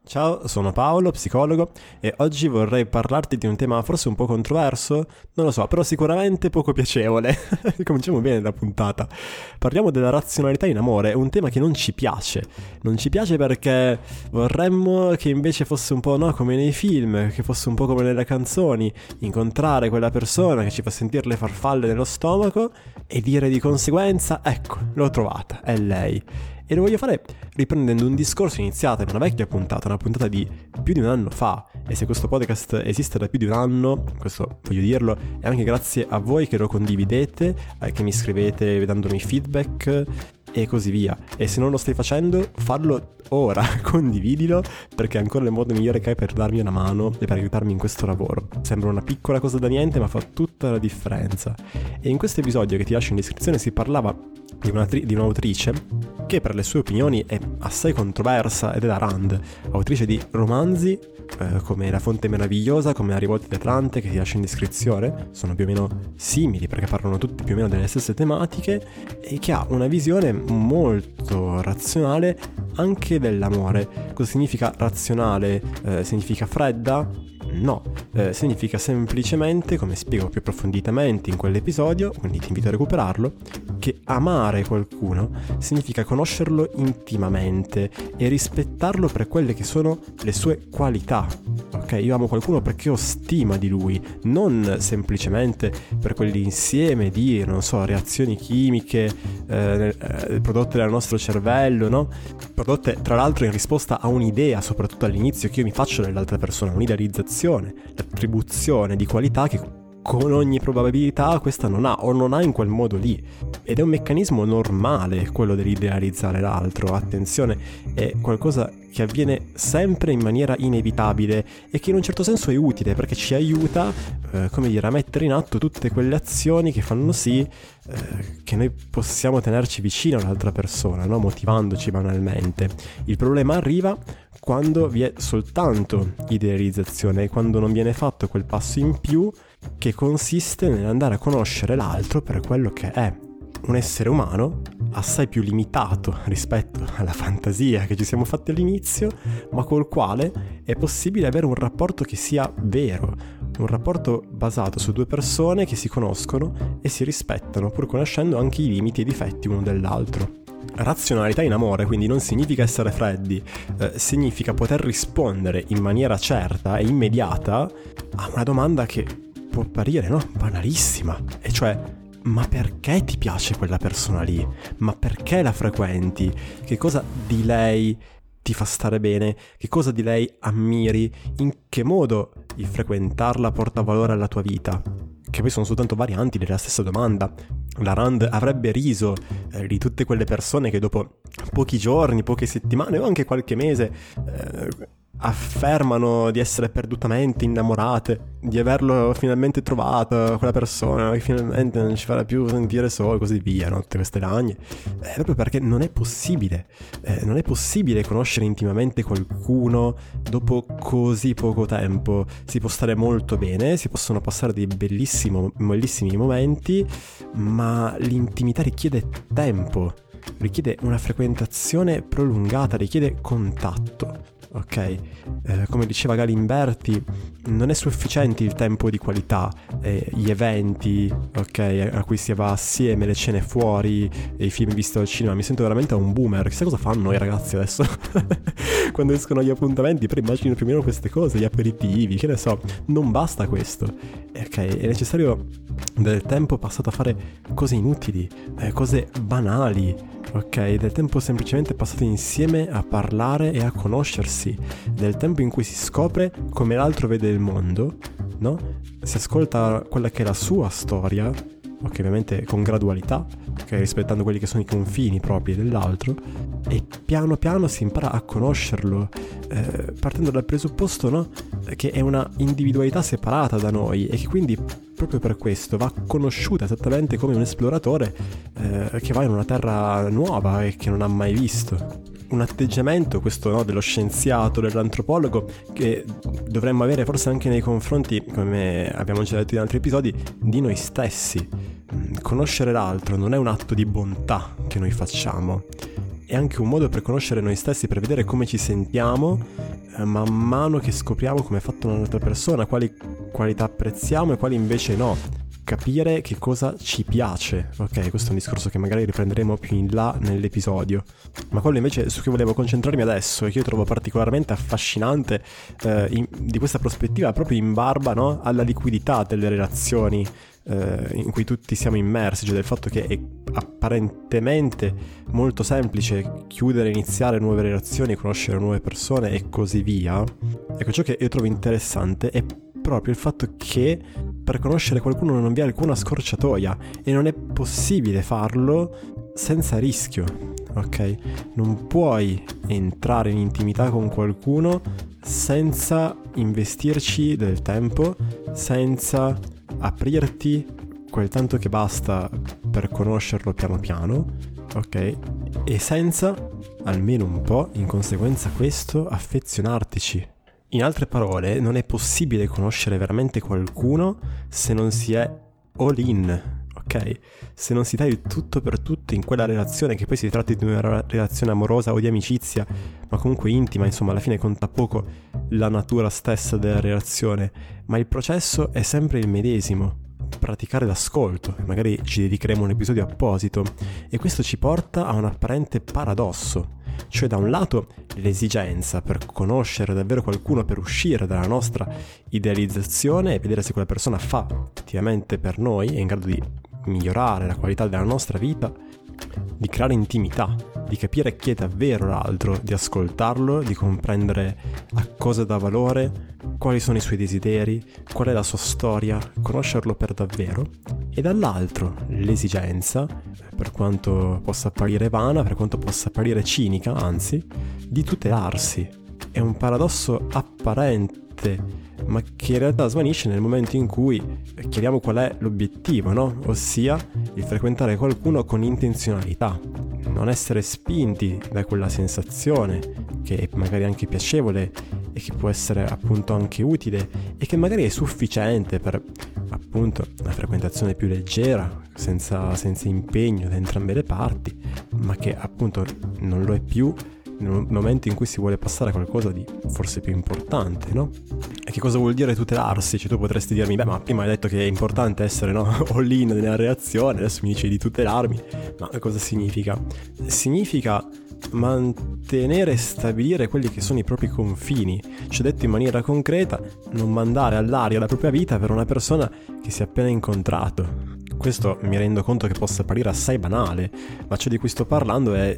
Ciao, sono Paolo, psicologo, e oggi vorrei parlarti di un tema forse un po' controverso, non lo so, però sicuramente poco piacevole. Cominciamo bene la puntata. Parliamo della razionalità in amore, un tema che non ci piace. Non ci piace perché vorremmo che invece fosse un po', no, come nei film, che fosse un po' come nelle canzoni, incontrare quella persona che ci fa sentire le farfalle nello stomaco e dire di conseguenza, ecco, l'ho trovata, è lei. E lo voglio fare riprendendo un discorso iniziato in una vecchia puntata, una puntata di più di un anno fa. E se questo podcast esiste da più di un anno, questo voglio dirlo, è anche grazie a voi che lo condividete, che mi scrivete dandomi feedback e così via. E se non lo stai facendo, fallo ora, condividilo, perché è ancora il modo migliore che hai per darmi una mano e per aiutarmi in questo lavoro. Sembra una piccola cosa da niente, ma fa tutta la differenza. E in questo episodio che ti lascio in descrizione si parlava di un'autrice che per le sue opinioni è assai controversa, ed è la Rand, autrice di romanzi come La fonte meravigliosa, come La rivolta di Atlante, che ti lascio in descrizione. Sono più o meno simili perché parlano tutti più o meno delle stesse tematiche, e che ha una visione molto razionale anche dell'amore. Cosa significa razionale? Significa fredda? No, significa semplicemente, come spiego più approfonditamente in quell'episodio, quindi ti invito a recuperarlo, che amare qualcuno significa conoscerlo intimamente e rispettarlo per quelle che sono le sue qualità. Ok, io amo qualcuno perché ho stima di lui, non semplicemente per quell'insieme di, non so, reazioni chimiche prodotte dal nostro cervello, no? Prodotte tra l'altro in risposta a un'idea, soprattutto all'inizio, che io mi faccio dell'altra persona, un'idealizzazione, l'attribuzione di qualità che con ogni probabilità questa non ha, o non ha in quel modo lì. Ed è un meccanismo normale quello dell'idealizzare l'altro. Attenzione, è qualcosa che avviene sempre in maniera inevitabile e che in un certo senso è utile perché ci aiuta, come dire, a mettere in atto tutte quelle azioni che fanno sì che noi possiamo tenerci vicino all'altra persona, no? Motivandoci banalmente. Il problema arriva quando vi è soltanto idealizzazione, quando non viene fatto quel passo in più che consiste nell'andare a conoscere l'altro per quello che è, un essere umano assai più limitato rispetto alla fantasia che ci siamo fatti all'inizio, ma col quale è possibile avere un rapporto che sia vero, un rapporto basato su due persone che si conoscono e si rispettano, pur conoscendo anche i limiti e i difetti uno dell'altro. Razionalità in amore quindi non significa essere freddi, significa poter rispondere in maniera certa e immediata a una domanda che può apparire, no, banalissima, e cioè: ma perché ti piace quella persona lì? Ma perché la frequenti? Che cosa di lei ti fa stare bene? Che cosa di lei ammiri? In che modo il frequentarla porta valore alla tua vita? Che poi sono soltanto varianti della stessa domanda. La Rand avrebbe riso di tutte quelle persone che dopo pochi giorni, poche settimane o anche qualche mese affermano di essere perdutamente innamorate, di averlo finalmente trovato, quella persona che finalmente non ci farà più sentire solo, e così via, no? Tutte queste lagne. Proprio perché non è possibile conoscere intimamente qualcuno dopo così poco tempo. Si può stare molto bene, si possono passare dei bellissimi momenti, ma l'intimità richiede tempo, richiede una frequentazione prolungata, richiede contatto. Ok, come diceva Galimberti, non è sufficiente il tempo di qualità, gli eventi, ok, a cui si va assieme, le cene fuori, i film visti al cinema. Mi sento veramente un boomer. Chissà cosa fanno i ragazzi adesso quando escono gli appuntamenti, però immagino più o meno queste cose, gli aperitivi, che ne so. Non basta questo, ok, è necessario del tempo passato a fare cose inutili, cose banali. Ok, del tempo semplicemente passato insieme a parlare e a conoscersi, del tempo in cui si scopre come l'altro vede il mondo, no? Si ascolta quella che è la sua storia, ok, ovviamente con gradualità, ok, rispettando quelli che sono i confini propri dell'altro, e piano piano si impara a conoscerlo, partendo dal presupposto, no, che è una individualità separata da noi e che quindi proprio per questo va conosciuta esattamente come un esploratore che va in una terra nuova e che non ha mai visto. Un atteggiamento, questo, no, dello scienziato, dell'antropologo, che dovremmo avere forse anche nei confronti, come abbiamo già detto in altri episodi, di noi stessi. Conoscere l'altro non è un atto di bontà che noi facciamo, è anche un modo per conoscere noi stessi, per vedere come ci sentiamo man mano che scopriamo come è fatta un'altra persona, quali qualità apprezziamo e quali invece no. Capire che cosa ci piace, ok? Questo è un discorso che magari riprenderemo più in là nell'episodio, ma quello invece su cui volevo concentrarmi adesso e che io trovo particolarmente affascinante di questa prospettiva, proprio in barba, no? Alla liquidità delle relazioni in cui tutti siamo immersi, cioè del fatto che è apparentemente molto semplice chiudere, iniziare nuove relazioni, conoscere nuove persone e così via. Ecco, ciò che io trovo interessante è proprio il fatto che per conoscere qualcuno non vi è alcuna scorciatoia e non è possibile farlo senza rischio, ok? Non puoi entrare in intimità con qualcuno senza investirci del tempo, senza aprirti quel tanto che basta per conoscerlo piano piano, ok? E senza, almeno un po', in conseguenza questo, affezionartici. In altre parole, non è possibile conoscere veramente qualcuno se non si è all in, ok? Se non si dà il tutto per tutto in quella relazione, che poi si tratti di una relazione amorosa o di amicizia, ma comunque intima, insomma, alla fine conta poco la natura stessa della relazione, ma il processo è sempre il medesimo. Praticare l'ascolto, magari ci dedicheremo un episodio apposito, e questo ci porta a un apparente paradosso. Cioè da un lato l'esigenza per conoscere davvero qualcuno, per uscire dalla nostra idealizzazione e vedere se quella persona fa effettivamente per noi, è in grado di migliorare la qualità della nostra vita, di creare intimità, di capire chi è davvero l'altro, di ascoltarlo, di comprendere a cosa dà valore, quali sono i suoi desideri, qual è la sua storia, conoscerlo per davvero. E dall'altro l'esigenza, per quanto possa apparire vana, per quanto possa apparire cinica, anzi, di tutelarsi. È un paradosso apparente, ma che in realtà svanisce nel momento in cui chiariamo qual è l'obiettivo, no? Ossia il frequentare qualcuno con intenzionalità, non essere spinti da quella sensazione che è magari anche piacevole e che può essere appunto anche utile e che magari è sufficiente per appunto una frequentazione più leggera, senza impegno da entrambe le parti, ma che appunto non lo è più nel momento in cui si vuole passare a qualcosa di forse più importante, no? E che cosa vuol dire tutelarsi? Cioè tu potresti dirmi, beh, ma prima hai detto che è importante essere, no, all in nella reazione, adesso mi dici di tutelarmi, ma cosa significa? Significa mantenere e stabilire quelli che sono i propri confini, cioè detto in maniera concreta, non mandare all'aria la propria vita per una persona che si è appena incontrato. Questo mi rendo conto che possa apparire assai banale, ma ciò di cui sto parlando è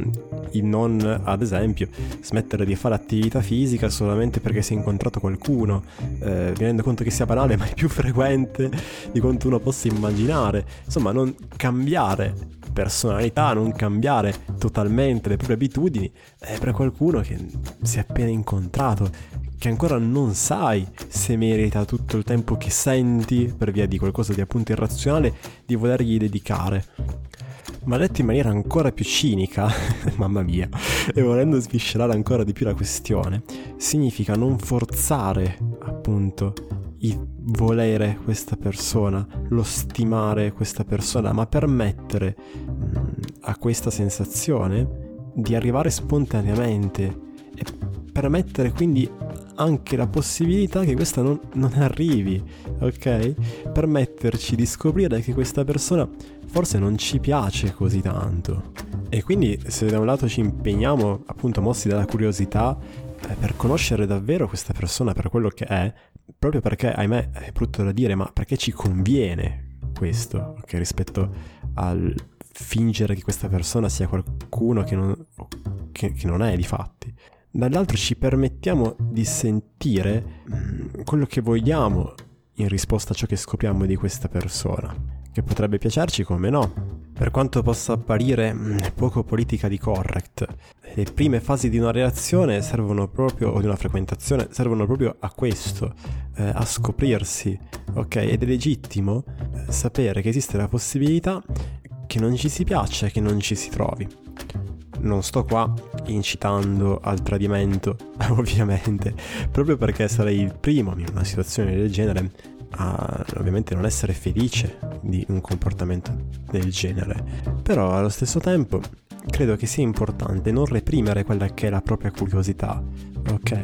il non, ad esempio, smettere di fare attività fisica solamente perché si è incontrato qualcuno. Mi rendo conto che sia banale, ma è più frequente di quanto uno possa immaginare. Insomma, non cambiare personalità, non cambiare totalmente le proprie abitudini per qualcuno che si è appena incontrato, che ancora non sai se merita tutto il tempo che senti per via di qualcosa di appunto irrazionale di volergli dedicare. Ma detto in maniera ancora più cinica, mamma mia, e volendo sviscerare ancora di più la questione, significa non forzare appunto il volere questa persona, lo stimare questa persona, ma permettere a questa sensazione di arrivare spontaneamente e permettere quindi anche la possibilità che questa non arrivi, ok? Permetterci di scoprire che questa persona forse non ci piace così tanto. E quindi se da un lato ci impegniamo, appunto mossi dalla curiosità, per conoscere davvero questa persona per quello che è, proprio perché, ahimè, è brutto da dire, ma perché ci conviene questo, ok? Rispetto al fingere che questa persona sia qualcuno che non è di fatti. Dall'altro ci permettiamo di sentire quello che vogliamo in risposta a ciò che scopriamo di questa persona, che potrebbe piacerci come no. Per quanto possa apparire poco politically correct, le prime fasi di una relazione servono proprio, o di una frequentazione, servono proprio a questo, a scoprirsi, ok? Ed è legittimo sapere che esiste la possibilità che non ci si piaccia e che non ci si trovi. Non sto qua incitando al tradimento, ovviamente, proprio perché sarei il primo in una situazione del genere a ovviamente non essere felice di un comportamento del genere. Però allo stesso tempo credo che sia importante non reprimere quella che è la propria curiosità, ok?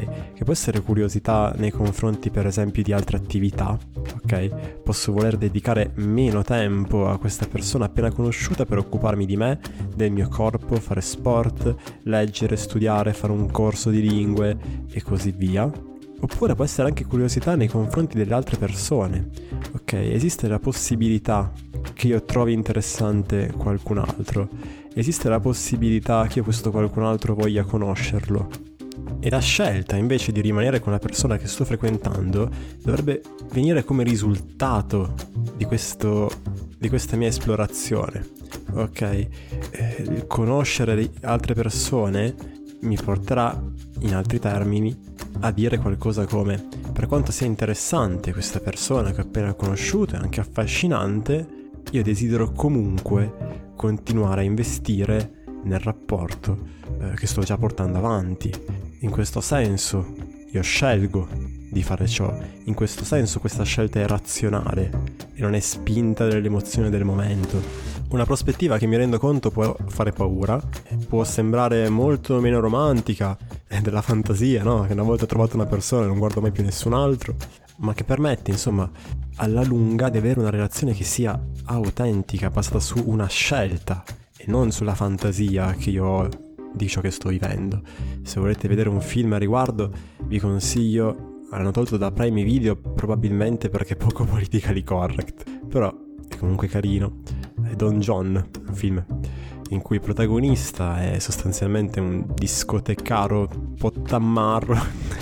può essere curiosità nei confronti per esempio di altre attività, ok? Posso voler dedicare meno tempo a questa persona appena conosciuta per occuparmi di me, del mio corpo, fare sport, leggere, studiare, fare un corso di lingue e così via. Oppure può essere anche curiosità nei confronti delle altre persone, ok? Esiste la possibilità che io trovi interessante qualcun altro, esiste la possibilità che io questo qualcun altro voglia conoscerlo. E la scelta invece di rimanere con la persona che sto frequentando dovrebbe venire come risultato di questa mia esplorazione, ok? Conoscere altre persone mi porterà, in altri termini, a dire qualcosa come: per quanto sia interessante questa persona che ho appena conosciuto e anche affascinante, io desidero comunque continuare a investire nel rapporto che sto già portando avanti. In questo senso io scelgo di fare ciò, in questo senso questa scelta è razionale e non è spinta dall'emozione del momento. Una prospettiva che mi rendo conto può fare paura, può sembrare molto meno romantica, è della fantasia, no? Che una volta ho trovato una persona e non guardo mai più nessun altro, ma che permette, insomma, alla lunga di avere una relazione che sia autentica, basata su una scelta e non sulla fantasia che io ho di ciò che sto vivendo. Se volete vedere un film a riguardo, vi consiglio, l'hanno tolto da Prime Video probabilmente perché è poco politically correct, però è comunque carino, è Don John, un film in cui il protagonista è sostanzialmente un discotecaro pottammarro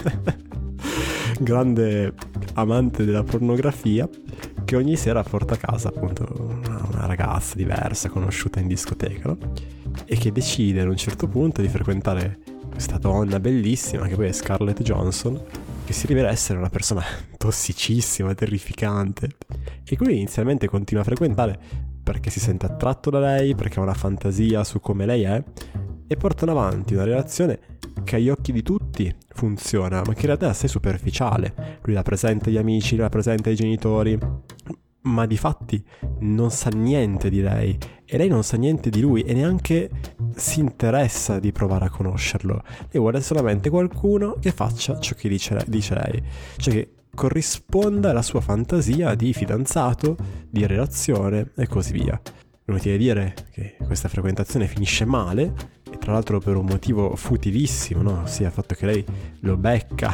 grande amante della pornografia, che ogni sera porta a casa appunto una ragazza diversa conosciuta in discoteca, no? E che decide ad un certo punto di frequentare questa donna bellissima che poi è Scarlett Johansson, che si rivela essere una persona tossicissima, terrificante, e quindi inizialmente continua a frequentare perché si sente attratto da lei, perché ha una fantasia su come lei è, e portano avanti una relazione che agli occhi di tutti funziona, ma che in realtà è assai superficiale. Lui la presenta agli amici, la presenta ai genitori, ma di fatti non sa niente di lei e lei non sa niente di lui e neanche si interessa di provare a conoscerlo. Lei vuole solamente qualcuno che faccia ciò che dice lei, cioè che corrisponda alla sua fantasia di fidanzato, di relazione e così via. Inutile dire che questa frequentazione finisce male, e tra l'altro per un motivo futilissimo, no? Ossia il fatto che lei lo becca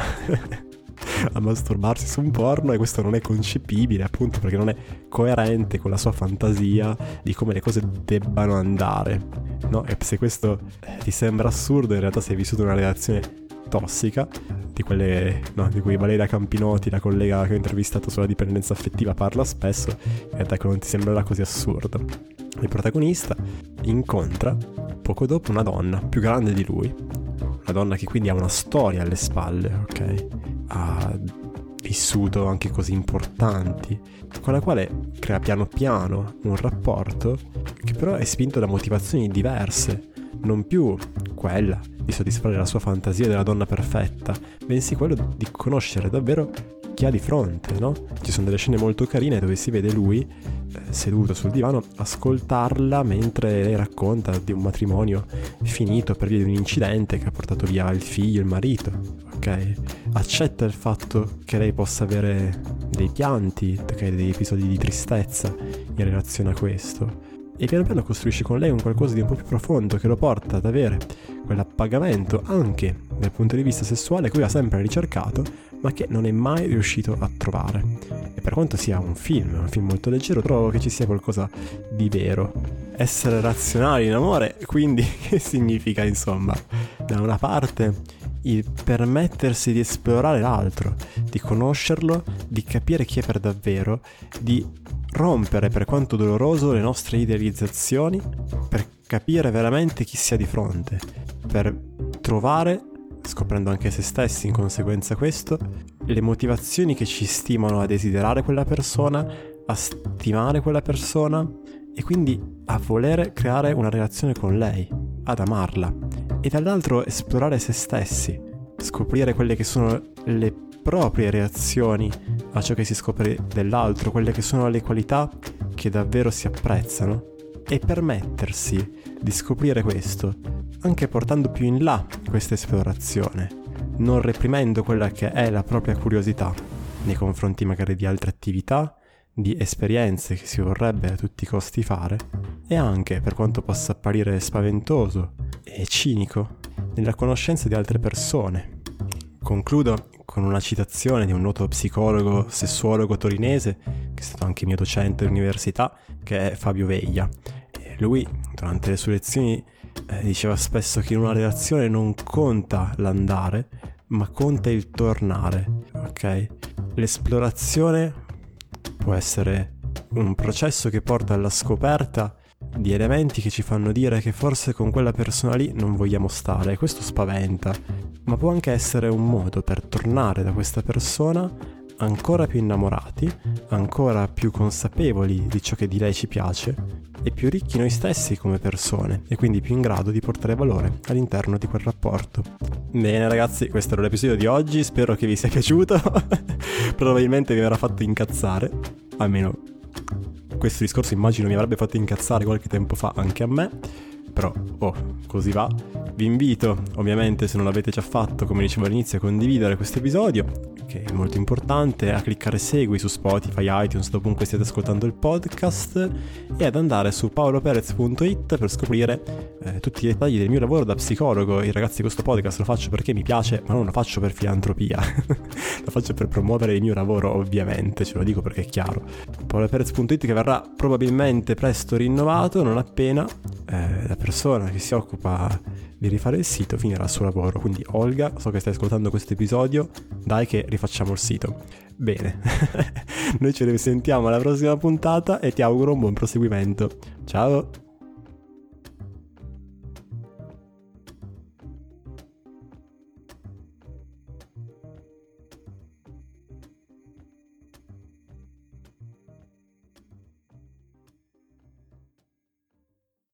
a masturbarsi su un porno, e questo non è concepibile appunto perché non è coerente con la sua fantasia di come le cose debbano andare, no? E se questo ti sembra assurdo, in realtà sei vissuto una relazione tossica, di quelle, no, di cui Valeria Campinotti, la collega che ho intervistato sulla dipendenza affettiva, parla spesso, in realtà che non ti sembrerà così assurdo. Il protagonista incontra poco dopo una donna più grande di lui, una donna che quindi ha una storia alle spalle, ok? Ha vissuto anche cose importanti, con la quale crea piano piano un rapporto che però è spinto da motivazioni diverse, non più quella di soddisfare la sua fantasia della donna perfetta, bensì quello di conoscere davvero chi ha di fronte, no? Ci sono delle scene molto carine dove si vede lui seduto sul divano, ascoltarla mentre lei racconta di un matrimonio finito per via di un incidente che ha portato via il figlio, il marito, ok? Accetta il fatto che lei possa avere dei pianti, ok, degli episodi di tristezza in relazione a questo, e piano piano costruisce con lei un qualcosa di un po' più profondo che lo porta ad avere quell'appagamento anche dal punto di vista sessuale che lui ha sempre ricercato ma che non è mai riuscito a trovare. E per quanto sia un film molto leggero, trovo che ci sia qualcosa di vero. Essere razionali in amore, quindi che significa, insomma, da una parte il permettersi di esplorare l'altro, di conoscerlo, di capire chi è per davvero, di rompere, per quanto doloroso, le nostre idealizzazioni per capire veramente chi sia di fronte, per trovare, scoprendo anche se stessi in conseguenza questo, le motivazioni che ci stimolano a desiderare quella persona, a stimare quella persona e quindi a volere creare una relazione con lei, ad amarla, e dall'altro esplorare se stessi, scoprire quelle che sono le proprie reazioni a ciò che si scopre dell'altro, quelle che sono le qualità che davvero si apprezzano, e permettersi di scoprire questo anche portando più in là questa esplorazione, non reprimendo quella che è la propria curiosità nei confronti magari di altre attività, di esperienze che si vorrebbe a tutti i costi fare, e anche, per quanto possa apparire spaventoso e cinico, nella conoscenza di altre persone. Concludo con una citazione di un noto psicologo sessuologo torinese, che è stato anche mio docente all'università, che è Fabio Veglia. E lui, durante le sue lezioni, diceva spesso che in una relazione non conta l'andare, ma conta il tornare, ok? L'esplorazione può essere un processo che porta alla scoperta di elementi che ci fanno dire che forse con quella persona lì non vogliamo stare, e questo spaventa, ma può anche essere un modo per tornare da questa persona ancora più innamorati, ancora più consapevoli di ciò che di lei ci piace e più ricchi noi stessi come persone, e quindi più in grado di portare valore all'interno di quel rapporto. Bene ragazzi, questo era l'episodio di oggi, spero che vi sia piaciuto. Probabilmente vi avrà fatto incazzare, almeno questo discorso immagino mi avrebbe fatto incazzare qualche tempo fa anche a me, però così va. Vi invito, ovviamente, se non l'avete già fatto, come dicevo all'inizio, a condividere questo episodio, che è molto importante, a cliccare segui su Spotify, iTunes, dovunque stiate ascoltando il podcast, e ad andare su paoloperez.it per scoprire tutti i dettagli del mio lavoro da psicologo. E ragazzi, questo podcast lo faccio perché mi piace, ma non lo faccio per filantropia. Lo faccio per promuovere il mio lavoro, ovviamente, ce lo dico perché è chiaro. paoloperez.it, che verrà probabilmente presto rinnovato, non appena la persona che si occupa di rifare il sito finirà il suo lavoro. Quindi Olga, so che stai ascoltando questo episodio, dai che rifacciamo il sito. Bene, noi ci risentiamo alla prossima puntata e ti auguro un buon proseguimento. Ciao!